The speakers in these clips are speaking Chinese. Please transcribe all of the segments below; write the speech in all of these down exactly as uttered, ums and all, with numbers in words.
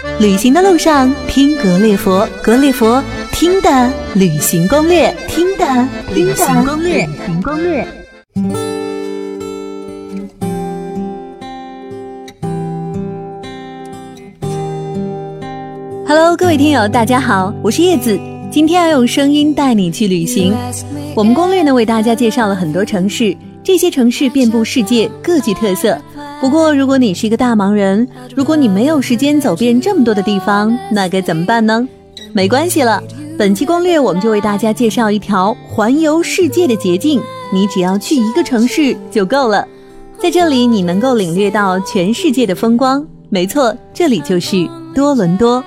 旅行的路上听格列佛，格列佛听的旅行攻略，听的旅行攻略，旅行攻略。Hello， 各位听友，大家好，我是叶子，今天要用声音带你去旅行。我们攻略呢，为大家介绍了很多城市，这些城市遍布世界，各具特色。不过如果你是一个大忙人，如果你没有时间走遍这么多的地方，那该怎么办呢？没关系了，本期攻略我们就为大家介绍一条环游世界的捷径，你只要去一个城市就够了。在这里你能够领略到全世界的风光，没错，这里就是多伦多。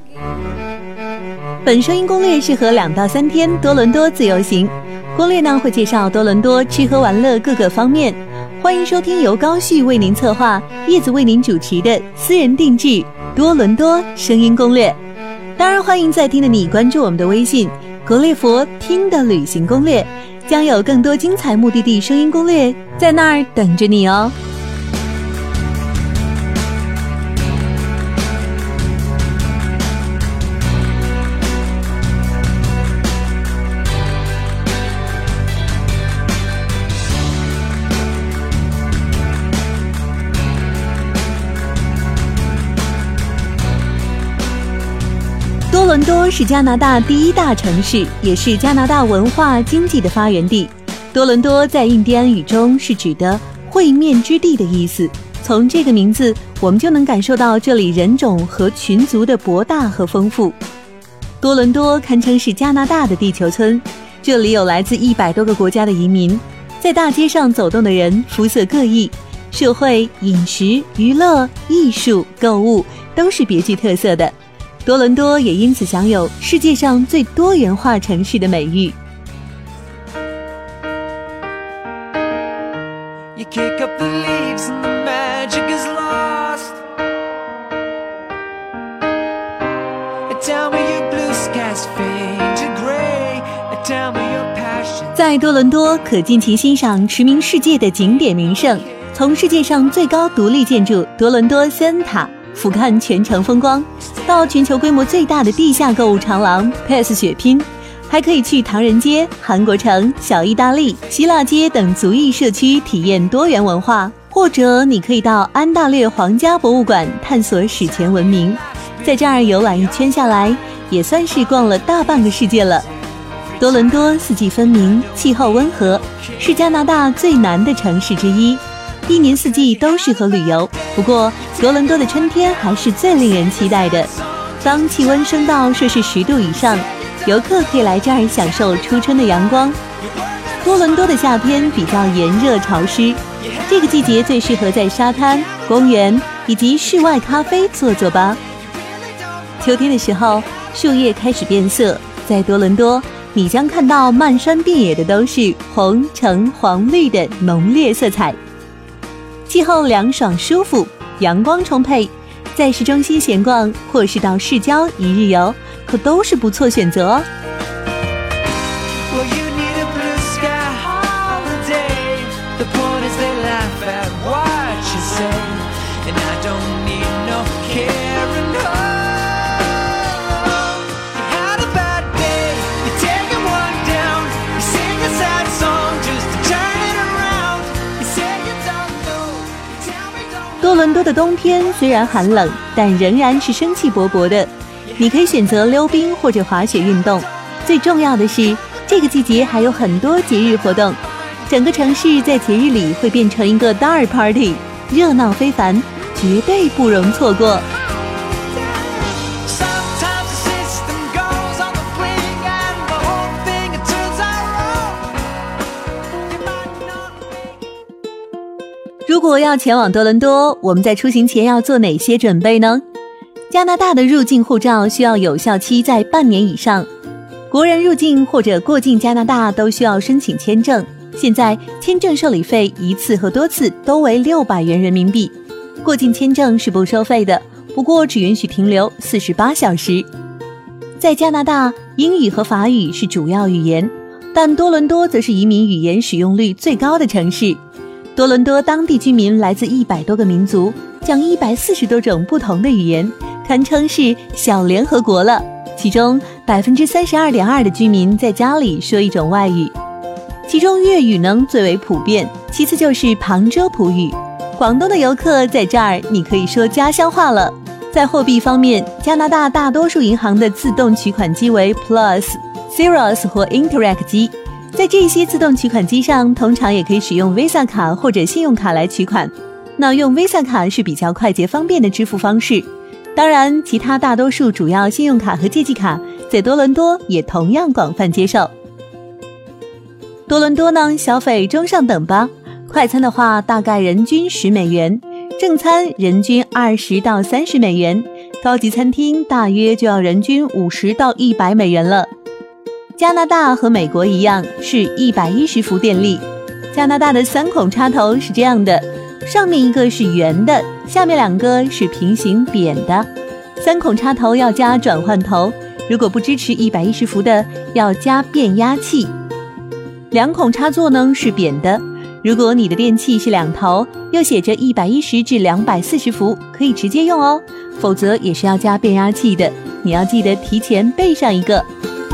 本声音攻略适合两到三天多伦多自由行，攻略呢会介绍多伦多吃喝玩乐各个方面。欢迎收听由高旭为您策划，叶子为您主持的私人定制多伦多声音攻略。当然欢迎在听的你关注我们的微信格列佛听的旅行攻略，将有更多精彩目的地声音攻略在那儿等着你哦。多伦多是加拿大第一大城市，也是加拿大文化经济的发源地。多伦多在印第安语中是指的会面之地的意思，从这个名字我们就能感受到这里人种和群族的博大和丰富。多伦多堪称是加拿大的地球村，这里有来自一百多个国家的移民，在大街上走动的人肤色各异，社会、饮食、娱乐、艺术、购物都是别具特色的。多伦多也因此享有世界上最多元化城市的美誉。在多伦多可尽情欣赏驰名世界的景点名胜，从世界上最高独立建筑多伦多森塔俯瞰全城风光，到全球规模最大的地下购物长廊 P E S 血拼，还可以去唐人街、韩国城、小意大利、希腊街等族裔社区体验多元文化，或者你可以到安大略皇家博物馆探索史前文明。在这儿游览一圈下来，也算是逛了大半个世界了。多伦多四季分明，气候温和，是加拿大最南的城市之一，一年四季都适合旅游。不过多伦多的春天还是最令人期待的，当气温升到摄氏十度以上，游客可以来这儿享受初春的阳光。多伦多的夏天比较炎热潮湿，这个季节最适合在沙滩、公园以及室外咖啡坐坐吧。秋天的时候，树叶开始变色，在多伦多你将看到漫山遍野的都是红、橙、黄、绿的浓烈色彩。气候凉爽舒服，阳光充沛，在市中心闲逛或是到市郊一日游，可都是不错选择哦。多伦多的冬天虽然寒冷，但仍然是生气勃勃的。你可以选择溜冰或者滑雪运动。最重要的是，这个季节还有很多节日活动，整个城市在节日里会变成一个大 party， 热闹非凡，绝对不容错过。如果要前往多伦多，我们在出行前要做哪些准备呢？加拿大的入境护照需要有效期在半年以上，国人入境或者过境加拿大都需要申请签证。现在签证受理费一次和多次都为六百元人民币，过境签证是不收费的，不过只允许停留四十八小时。在加拿大，英语和法语是主要语言，但多伦多则是移民语言使用率最高的城市。 多伦多当地居民来自一百多个民族，讲一百四十多种不同的语言，堪称是小联合国了。其中 百分之三十二点二 的居民在家里说一种外语，其中粤语呢最为普遍，其次就是旁遮普语。广东的游客在这儿你可以说家乡话了。在货币方面，加拿大大多数银行的自动取款机为 Plus、Xerox 或 Interac 机，在这些自动取款机上通常也可以使用 Visa 卡或者信用卡来取款。那用 Visa 卡是比较快捷方便的支付方式，当然其他大多数主要信用卡和借记卡在多伦多也同样广泛接受。多伦多呢，消费中上等吧，快餐的话大概人均十美元，正餐人均二十到三十美元，高级餐厅大约就要人均五十到一百美元了。加拿大和美国一样是一百一十伏电力，加拿大的三孔插头是这样的，上面一个是圆的，下面两个是平行扁的。三孔插头要加转换头，如果不支持一百一十伏的要加变压器。两孔插座呢是扁的，如果你的电器是两头，又写着一百一十至两百四十伏，可以直接用哦，否则也是要加变压器的，你要记得提前备上一个。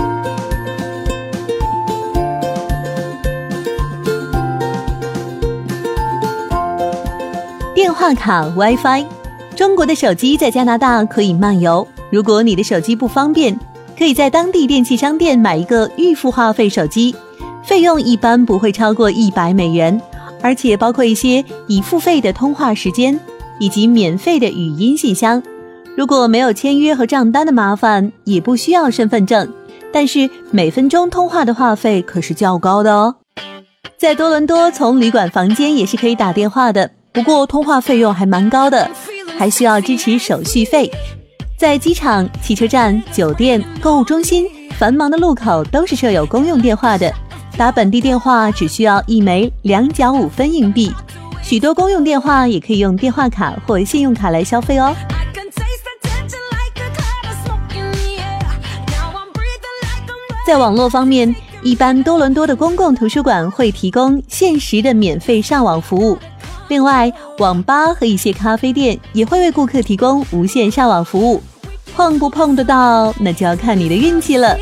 电话卡 Wi-Fi， 中国的手机在加拿大可以漫游，如果你的手机不方便，可以在当地电器商店买一个预付话费手机，费用一般不会超过一百美元，而且包括一些已付费的通话时间以及免费的语音信箱。如果没有签约和账单的麻烦，也不需要身份证，但是每分钟通话的话费可是较高的哦。在多伦多从旅馆房间也是可以打电话的，不过通话费用还蛮高的，还需要支持手续费。在机场、汽车站、酒店、购物中心、繁忙的路口都是设有公用电话的，打本地电话只需要一枚两角五分硬币，许多公用电话也可以用电话卡或信用卡来消费哦。在网络方面，一般多伦多的公共图书馆会提供限时的免费上网服务，另外网吧和一些咖啡店也会为顾客提供无线上网服务，碰不碰得到那就要看你的运气了。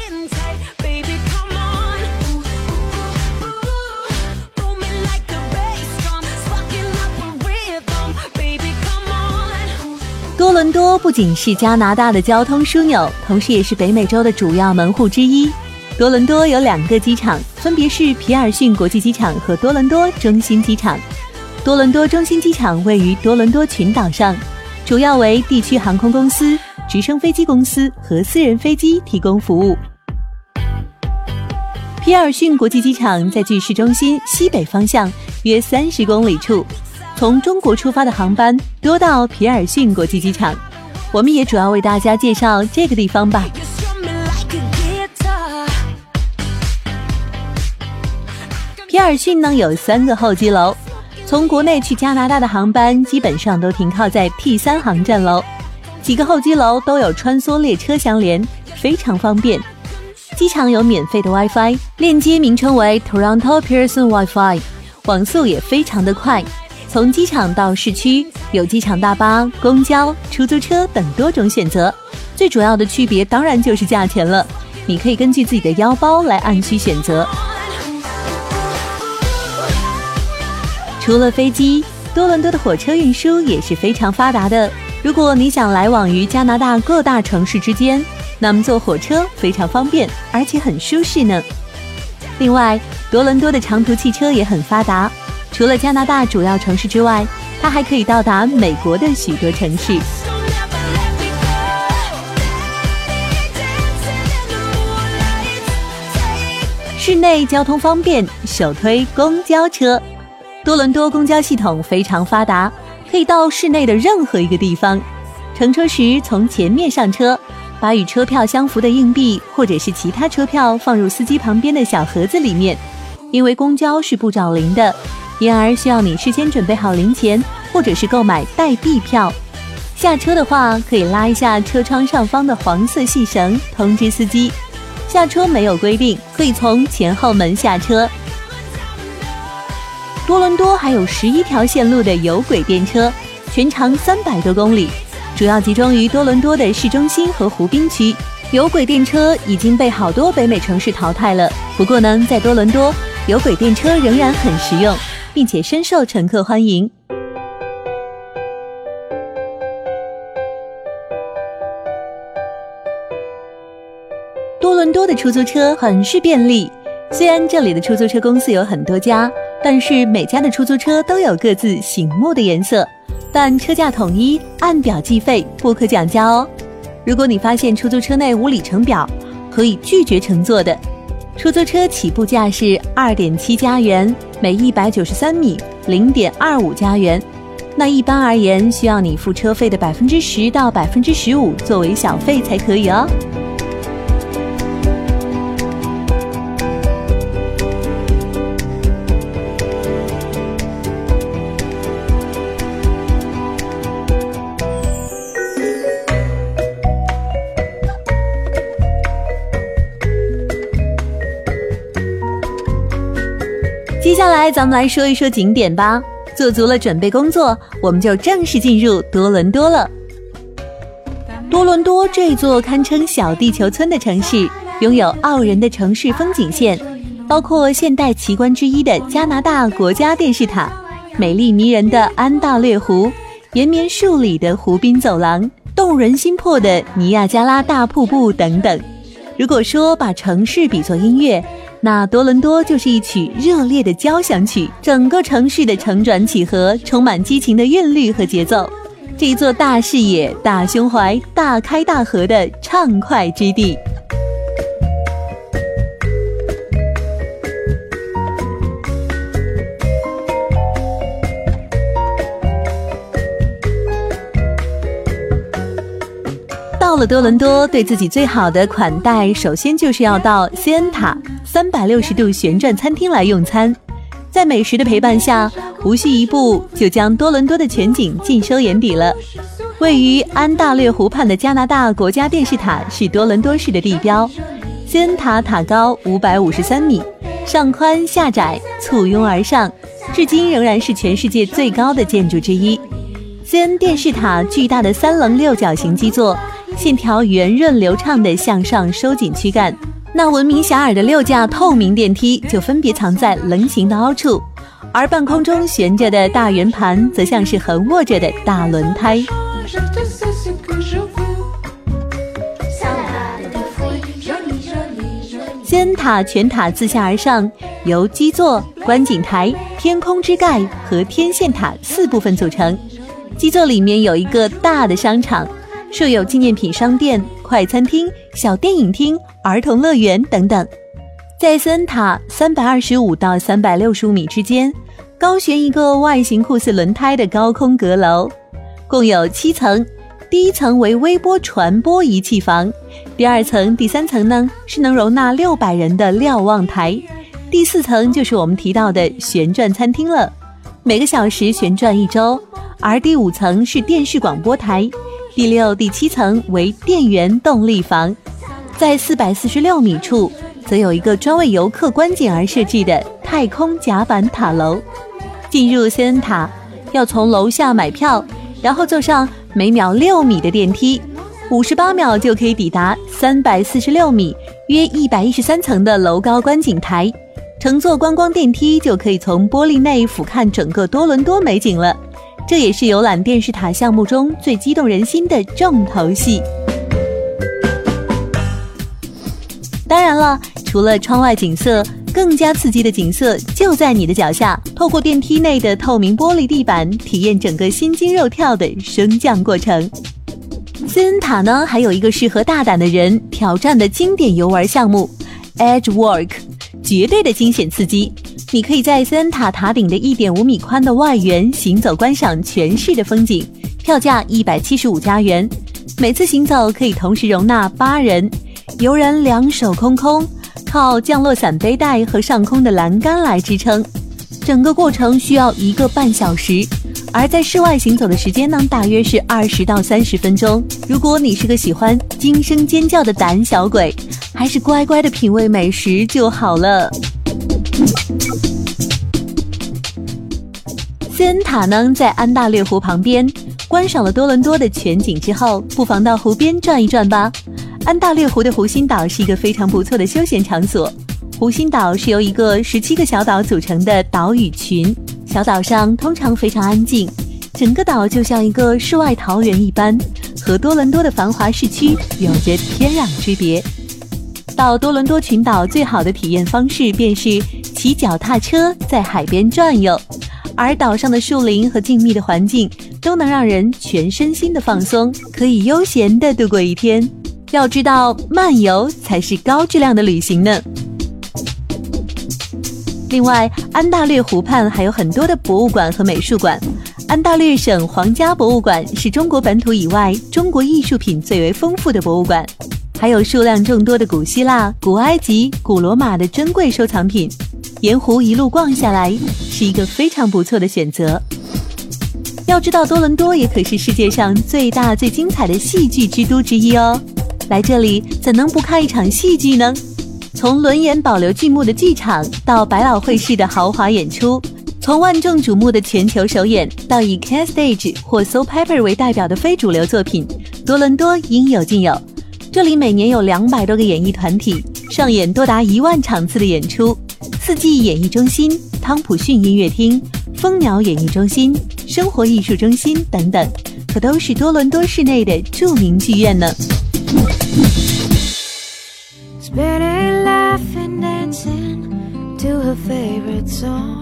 多伦多不仅是加拿大的交通枢纽，同时也是北美洲的主要门户之一。多伦多有两个机场，分别是皮尔逊国际机场和多伦多中心机场。多伦多中心机场位于多伦多群岛上，主要为地区航空公司、直升飞机公司和私人飞机提供服务。皮尔逊国际机场在距市中心西北方向约三十公里处，从中国出发的航班多到皮尔逊国际机场，我们也主要为大家介绍这个地方吧。皮尔逊呢有三个候机楼，从国内去加拿大的航班基本上都停靠在 T 三 航站楼，几个候机楼都有穿梭列车相连，非常方便。机场有免费的 Wi-Fi， 链接名称为 Toronto Pearson Wi-Fi， 网速也非常的快。从机场到市区有机场大巴、公交、出租车等多种选择，最主要的区别当然就是价钱了，你可以根据自己的腰包来按需选择。除了飞机，多伦多的火车运输也是非常发达的。如果你想来往于加拿大各大城市之间，那么坐火车非常方便，而且很舒适呢。另外，多伦多的长途汽车也很发达，除了加拿大主要城市之外，它还可以到达美国的许多城市。市内交通方便，首推公交车。多伦多公交系统非常发达，可以到市内的任何一个地方。乘车时从前面上车，把与车票相符的硬币或者是其他车票放入司机旁边的小盒子里面。因为公交是不找零的，因而需要你事先准备好零钱，或者是购买代币票。下车的话，可以拉一下车窗上方的黄色细绳，通知司机。下车没有规定，可以从前后门下车。 多伦多还有十一条线路的有轨电车，全长三百多公里，主要集中于多伦多的市中心和湖滨区。有轨电车已经被好多北美城市淘汰了，不过呢，在多伦多，有轨电车仍然很实用，并且深受乘客欢迎。多伦多的出租车很是便利，虽然这里的出租车公司有很多家，但是每家的出租车都有各自醒目的颜色，但车价统一，按表计费，不可讲价哦。如果你发现出租车内无里程表，可以拒绝乘坐的。出租车起步价是 二点七加元，每一百九十三米 零点二五加元。那一般而言，需要你付车费的 百分之十 到 百分之十五 作为小费才可以哦。接下来咱们来说一说景点吧。做足了准备工作，我们就正式进入多伦多了。多伦多这座堪称小地球村的城市，拥有傲人的城市风景线，包括现代奇观之一的加拿大国家电视塔，美丽迷人的安大略湖，延绵数里的湖滨走廊，动人心魄的尼亚加拉大瀑布等等。如果说把城市比作音乐，那多伦多就是一曲热烈的交响曲，整个城市的承转启合充满激情的韵律和节奏，这一座大视野、大胸怀、大开大合的畅快之地。到了多伦多，对自己最好的款待，首先就是要到西恩塔三百六十度旋转餐厅来用餐。在美食的陪伴下，无需一步就将多伦多的全景尽收眼底了。位于安大略湖畔的加拿大国家电视塔是多伦多市的地标。西恩塔塔高五百五十三米，上宽下窄，簇拥而上，至今仍然是全世界最高的建筑之一。西恩电视塔巨大的三棱六角形基座，线条圆润流畅地向上收紧躯干，那闻名遐迩的六架透明电梯就分别藏在棱形的凹处，而半空中悬着的大圆盘则像是横卧着的大轮胎。西恩塔全塔自下而上，由基座、观景台、天空之盖和天线塔四部分组成。基座里面有一个大的商场，设有纪念品商店、快餐厅、小电影厅、儿童乐园等等。在西恩塔三百二十五到三百六十五米之间，高悬一个外形酷似轮胎的高空阁楼，共有七层。第一层为微波传播仪器房，第二层、第三层呢是能容纳六百人的瞭望台，第四层就是我们提到的旋转餐厅了，每个小时旋转一周。而第五层是电视广播台，第六、第七层为电源动力房。在四百四十六米处，则有一个专为游客观景而设置的太空甲板塔楼。进入西恩塔，要从楼下买票，然后坐上每秒六米的电梯，五十八秒就可以抵达三百四十六米、约一百一十三层的楼高观景台。乘坐观光电梯就可以从玻璃内俯瞰整个多伦多美景了。这也是游览电视塔项目中最激动人心的重头戏。当然了，除了窗外景色，更加刺激的景色就在你的脚下，透过电梯内的透明玻璃地板，体验整个心惊肉跳的升降过程。西恩塔呢，还有一个适合大胆的人挑战的经典游玩项目 Edge Walk， 绝对的惊险刺激。你可以在西恩塔塔顶的 一点五米宽的外缘行走观赏全市的风景，票价一百七十五加元，每次行走可以同时容纳八人，游人两手空空，靠降落伞背带和上空的栏杆来支撑，整个过程需要一个半小时，而在室外行走的时间呢，大约是二十到三十分钟。如果你是个喜欢惊声尖叫的胆小鬼，还是乖乖的品味美食就好了。 斯恩塔呢在安大略湖旁边，观赏了多伦多的全景之后，不妨到湖边转一转吧。安大略湖的湖心岛是一个非常不错的休闲场所。湖心岛是由一个十七个小岛组成的岛屿群，小岛上通常非常安静，整个岛就像一个世外桃源一般，和多伦多的繁华市区有着天壤之别。到多伦多群岛最好的体验方式便是骑脚踏车在海边转悠，而岛上的树林和静谧的环境都能让人全身心的放松，可以悠闲地度过一天。要知道，漫游才是高质量的旅行呢。另外，安大略湖畔还有很多的博物馆和美术馆。安大略省皇家博物馆是中国本土以外中国艺术品最为丰富的博物馆，还有数量众多的古希腊、古埃及、古罗马的珍贵收藏品。沿湖一路逛下来，是一个非常不错的选择。要知道，多伦多也可是世界上最大最精彩的戏剧之都之一哦。来这里怎能不看一场戏剧呢？从轮眼保留剧目的剧场到百老汇式的豪华演出，从万众瞩目的全球首演到以 Can Stage 或 Soul Pepper 为代表的非主流作品，多伦多应有尽有。这里每年有两百多个演艺团体上演多达一万场次的演出，四季演艺中心、汤普逊音乐厅、蜂鸟演艺中心、生活艺术中心等等，可都是多伦多市内的著名剧院呢。 Spinning, laughing, dancing to her favorite song.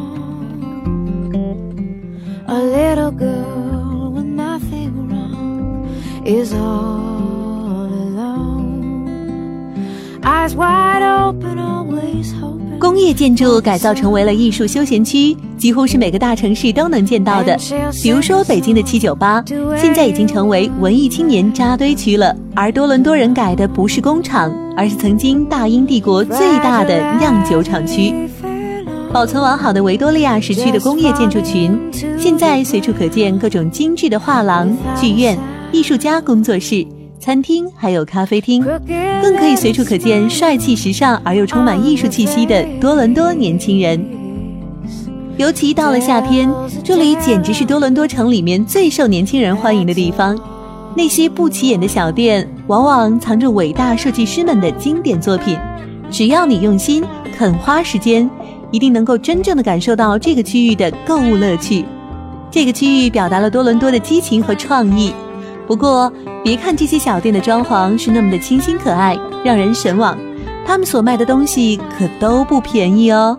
A little girl with nothing wrong is all alone. Eyes wide open, always hoping. 工业建筑改造成为了艺术休闲区，几乎是每个大城市都能见到的。比如说北京的七九八，现在已经成为文艺青年扎堆区了。而多伦多人改的不是工厂，而是曾经大英帝国最大的酿酒厂区。保存完好的维多利亚时区的工业建筑群，现在随处可见各种精致的画廊、剧院、艺术家工作室、餐厅还有咖啡厅，更可以随处可见帅气时尚而又充满艺术气息的多伦多年轻人。尤其到了夏天，这里简直是多伦多城里面最受年轻人欢迎的地方。那些不起眼的小店往往藏着伟大设计师们的经典作品，只要你用心肯花时间，一定能够真正的感受到这个区域的购物乐趣。这个区域表达了多伦多的激情和创意。不过别看这些小店的装潢是那么的清新可爱，让人神往，他们所卖的东西可都不便宜哦。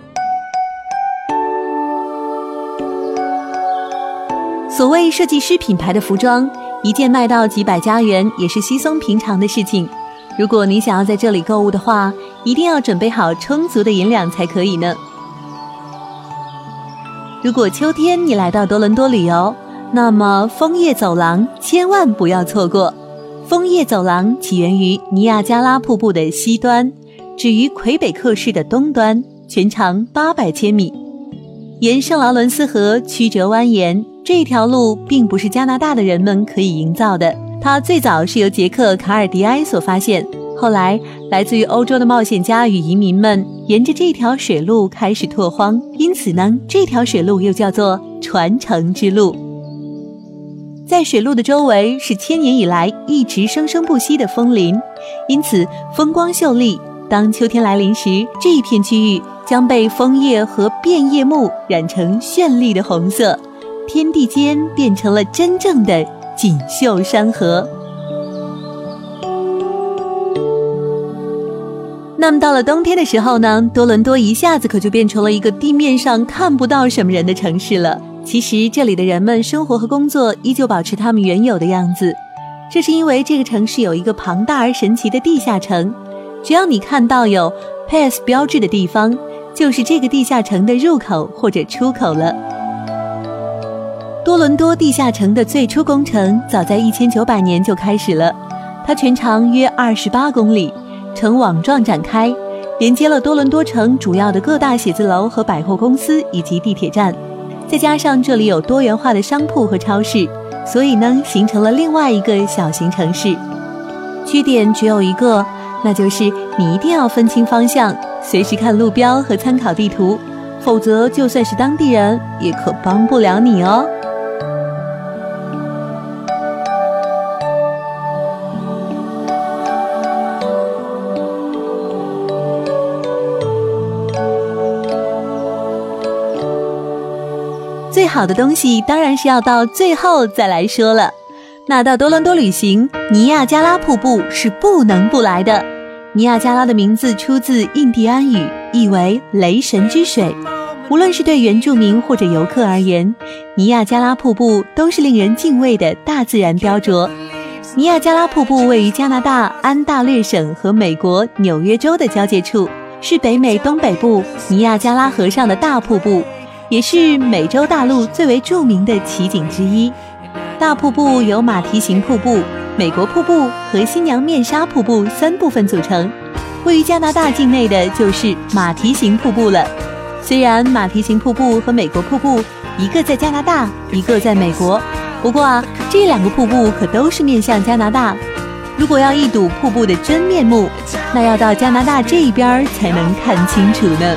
所谓设计师品牌的服装，一件卖到几百加元也是稀松平常的事情。如果你想要在这里购物的话，一定要准备好充足的银两才可以呢。如果秋天你来到多伦多旅游，那么枫叶走廊千万不要错过。枫叶走廊起源于尼亚加拉瀑布的西端，止于魁北克市的东端，全长八百千米，沿圣劳伦斯河曲折蜿蜒。这条路并不是加拿大的人们可以营造的，它最早是由捷克卡尔迪埃所发现，后来来自于欧洲的冒险家与移民们沿着这条水路开始拓荒，因此呢，这条水路又叫做传承之路。在水路的周围是千年以来一直生生不息的枫林，因此风光秀丽。当秋天来临时，这一片区域将被枫叶和变叶木染成绚丽的红色，天地间变成了真正的锦绣山河。那么到了冬天的时候呢，多伦多一下子可就变成了一个地面上看不到什么人的城市了。其实这里的人们生活和工作依旧保持他们原有的样子，这是因为这个城市有一个庞大而神奇的地下城，只要你看到有 P A S 标志的地方，就是这个地下城的入口或者出口了。多伦多地下城的最初工程早在一千九百年就开始了，它全长约二十八公里，呈网状展开，连接了多伦多城主要的各大写字楼和百货公司以及地铁站，再加上这里有多元化的商铺和超市，所以呢，形成了另外一个小型城市。缺点只有一个，那就是你一定要分清方向，随时看路标和参考地图， 否则就算是当地人也可帮不了你哦。最好的东西当然是要到最后再来说了。那到多伦多旅行，尼亚加拉瀑布是不能不来的。尼亚加拉的名字出自印第安语，意为雷神之水。无论是对原住民或者游客而言，尼亚加拉瀑布都是令人敬畏的大自然雕琢。尼亚加拉瀑布位于加拿大安大略省和美国纽约州的交界处，是北美东北部尼亚加拉河上的大瀑布，也是美洲大陆最为著名的奇景之一。大瀑布由马蹄形瀑布、美国瀑布和新娘面纱瀑布三部分组成，位于加拿大境内的就是马蹄形瀑布了。虽然马蹄形瀑布和美国瀑布一个在加拿大，一个在美国，不过啊，这两个瀑布可都是面向加拿大。如果要一睹瀑布的真面目，那要到加拿大这一边才能看清楚呢。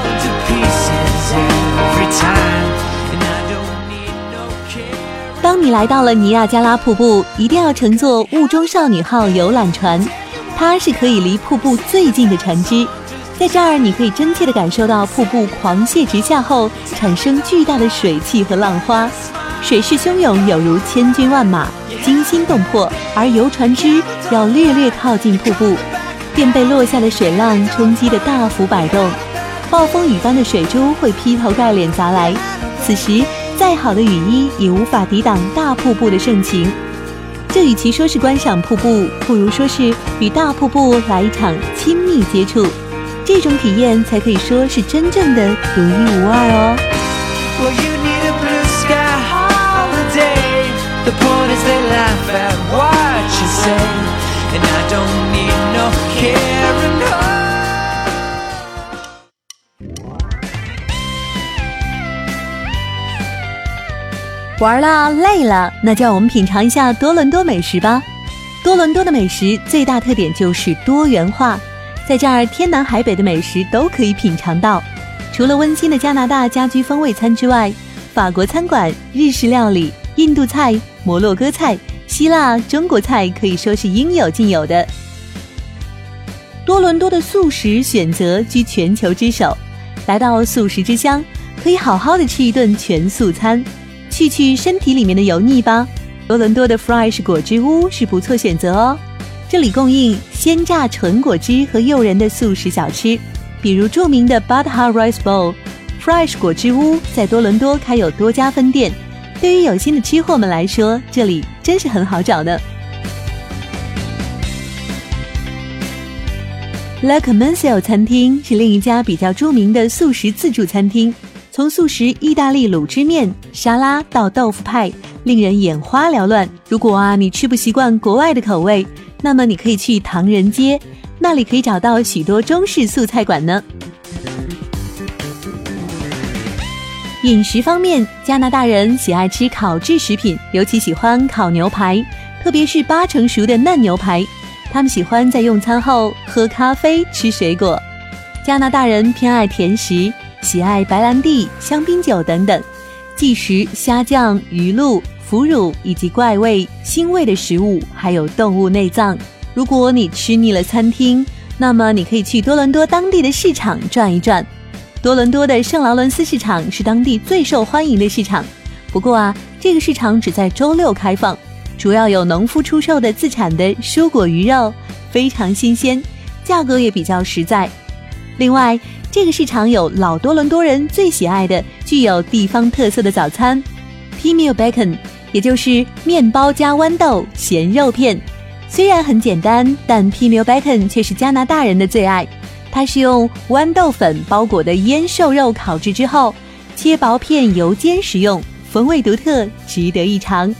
当你来到了尼亚加拉瀑布，一定要乘坐雾中少女号游览船，它是可以离瀑布最近的船只。在这儿你可以真切地感受到瀑布狂泻直下后产生巨大的水汽和浪花，水势汹涌有如千军万马，惊心动魄，而游船只要略略靠近瀑布，便被落下的水浪冲击得大幅摆动，暴风雨般的水珠会劈头盖脸砸来，此时再好的雨衣也无法抵挡大瀑布的盛情。这与其说是观赏瀑布，不如说是与大瀑布来一场亲密接触，这种体验才可以说是真正的独一无二哦。Well, you need a blue sky holiday. The point is they laugh at what you say, and I don't need no caring heart.玩了累了，那就让我们品尝一下多伦多美食吧。多伦多的美食最大特点就是多元化，在这儿天南海北的美食都可以品尝到。除了温馨的加拿大家居风味餐之外，法国餐馆、日式料理、印度菜、摩洛哥菜、希腊、中国菜可以说是应有尽有的。多伦多的素食选择居全球之首，来到素食之乡，可以好好的吃一顿全素餐，去去身体里面的油腻吧。多伦多的 Fresh 果汁屋是不错选择哦，这里供应鲜榨纯果汁和诱人的素食小吃，比如著名的 Butter Rice Bowl。Fresh 果汁屋在多伦多开有多家分店，对于有心的吃货们来说，这里真是很好找的。Le Commensal 餐厅是另一家比较著名的素食自助餐厅，从素食意大利卤汁面、沙拉到豆腐派，令人眼花缭乱。如果啊你吃不习惯国外的口味，那么你可以去唐人街，那里可以找到许多中式素菜馆呢。饮食方面，加拿大人喜爱吃烤制食品，尤其喜欢烤牛排，特别是八成熟的嫩牛排。他们喜欢在用餐后喝咖啡、吃水果。加拿大人偏爱甜食，喜爱白兰地、香槟酒等等，忌食虾酱、鱼露、腐乳以及怪味、腥味的食物，还有动物内脏。如果你吃腻了餐厅，那么你可以去多伦多当地的市场转一转。多伦多的圣劳伦斯市场是当地最受欢迎的市场，不过啊，这个市场只在周六开放，主要有农夫出售的自产的蔬果鱼肉，非常新鲜，价格也比较实在。另外，这个市场有老多伦多人最喜爱的具有地方特色的早餐 Pimeo Bacon， 也就是面包加豌豆咸肉片。虽然很简单，但 Pimeo Bacon 却是加拿大人的最爱。它是用豌豆粉包裹的腌瘦肉烤制之后，切薄片油煎食用，风味独特，值得一尝。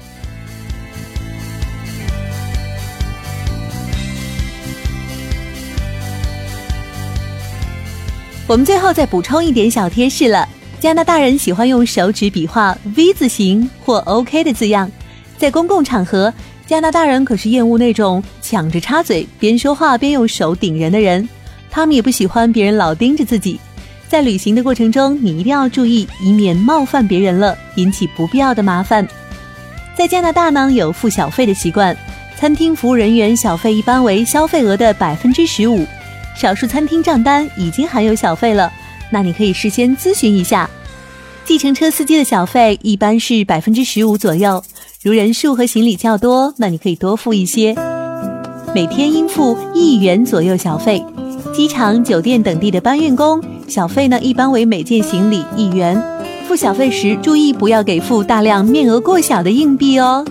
我们最后再补充一点小贴士了，加拿大人喜欢用手指笔画 V 字形或 OK 的字样，在公共场合，加拿大人可是厌恶那种抢着插嘴边说话边用手顶人的人，他们也不喜欢别人老盯着自己。 在旅行的过程中，你一定要注意，以免冒犯别人了，引起不必要的麻烦。在加拿大呢，有付小费的习惯，餐厅服务人员小费一般为消费额的 百分之十五， 少数餐厅账单已经含有小费了，那你可以事先咨询一下。计程车司机的小费一般是 百分之十五 左右，如人数和行李较多，那你可以多付一些，每天应付一元左右小费。机场、酒店等地的搬运工小费呢，一般为每件行李一元。付小费时注意不要给付大量面额过小的硬币哦。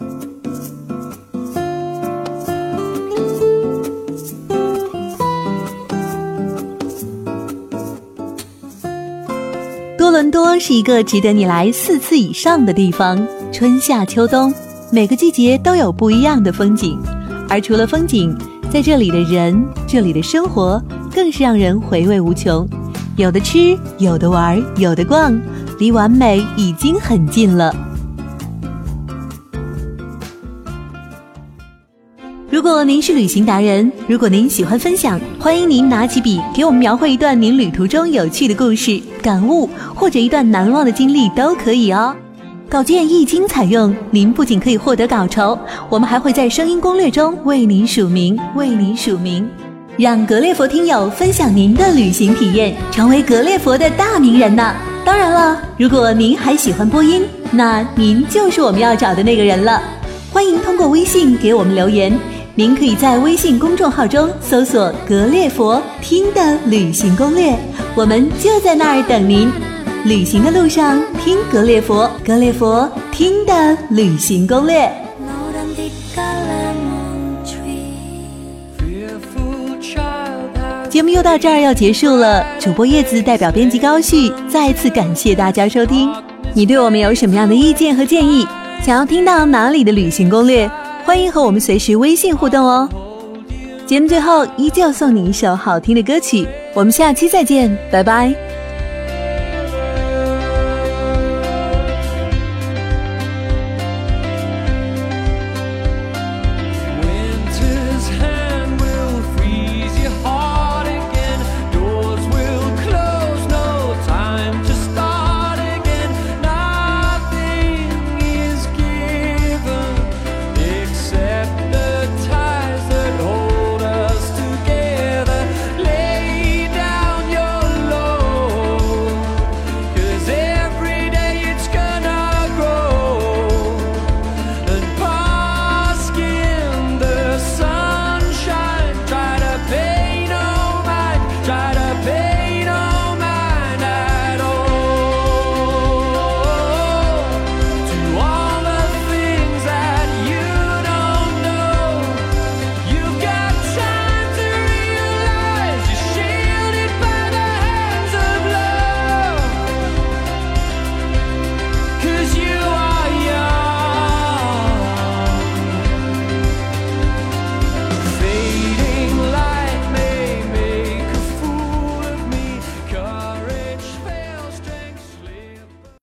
多伦多是一个值得你来四次以上的地方，春夏秋冬每个季节都有不一样的风景，而除了风景，在这里的人，这里的生活更是让人回味无穷，有的吃，有的玩，有的逛，离完美已经很近了。如果您是旅行达人，如果您喜欢分享，欢迎您拿起笔给我们描绘一段您旅途中有趣的故事、感悟，或者一段难忘的经历都可以哦。稿件一经采用，您不仅可以获得稿酬，我们还会在声音攻略中为您署名，为您署名，让格列佛听友分享您的旅行体验，成为格列佛的大名人呢。当然了，如果您还喜欢播音，那您就是我们要找的那个人了。欢迎通过微信给我们留言，您可以在微信公众号中搜索格列佛听的旅行攻略，我们就在那儿等您。旅行的路上听格列佛，格列佛听的旅行攻略。节目又到这儿要结束了，主播叶子代表编辑高旭再次感谢大家收听。你对我们有什么样的意见和建议，想要听到哪里的旅行攻略，欢迎和我们随时微信互动哦。节目最后依旧送你一首好听的歌曲，我们下期再见，拜拜。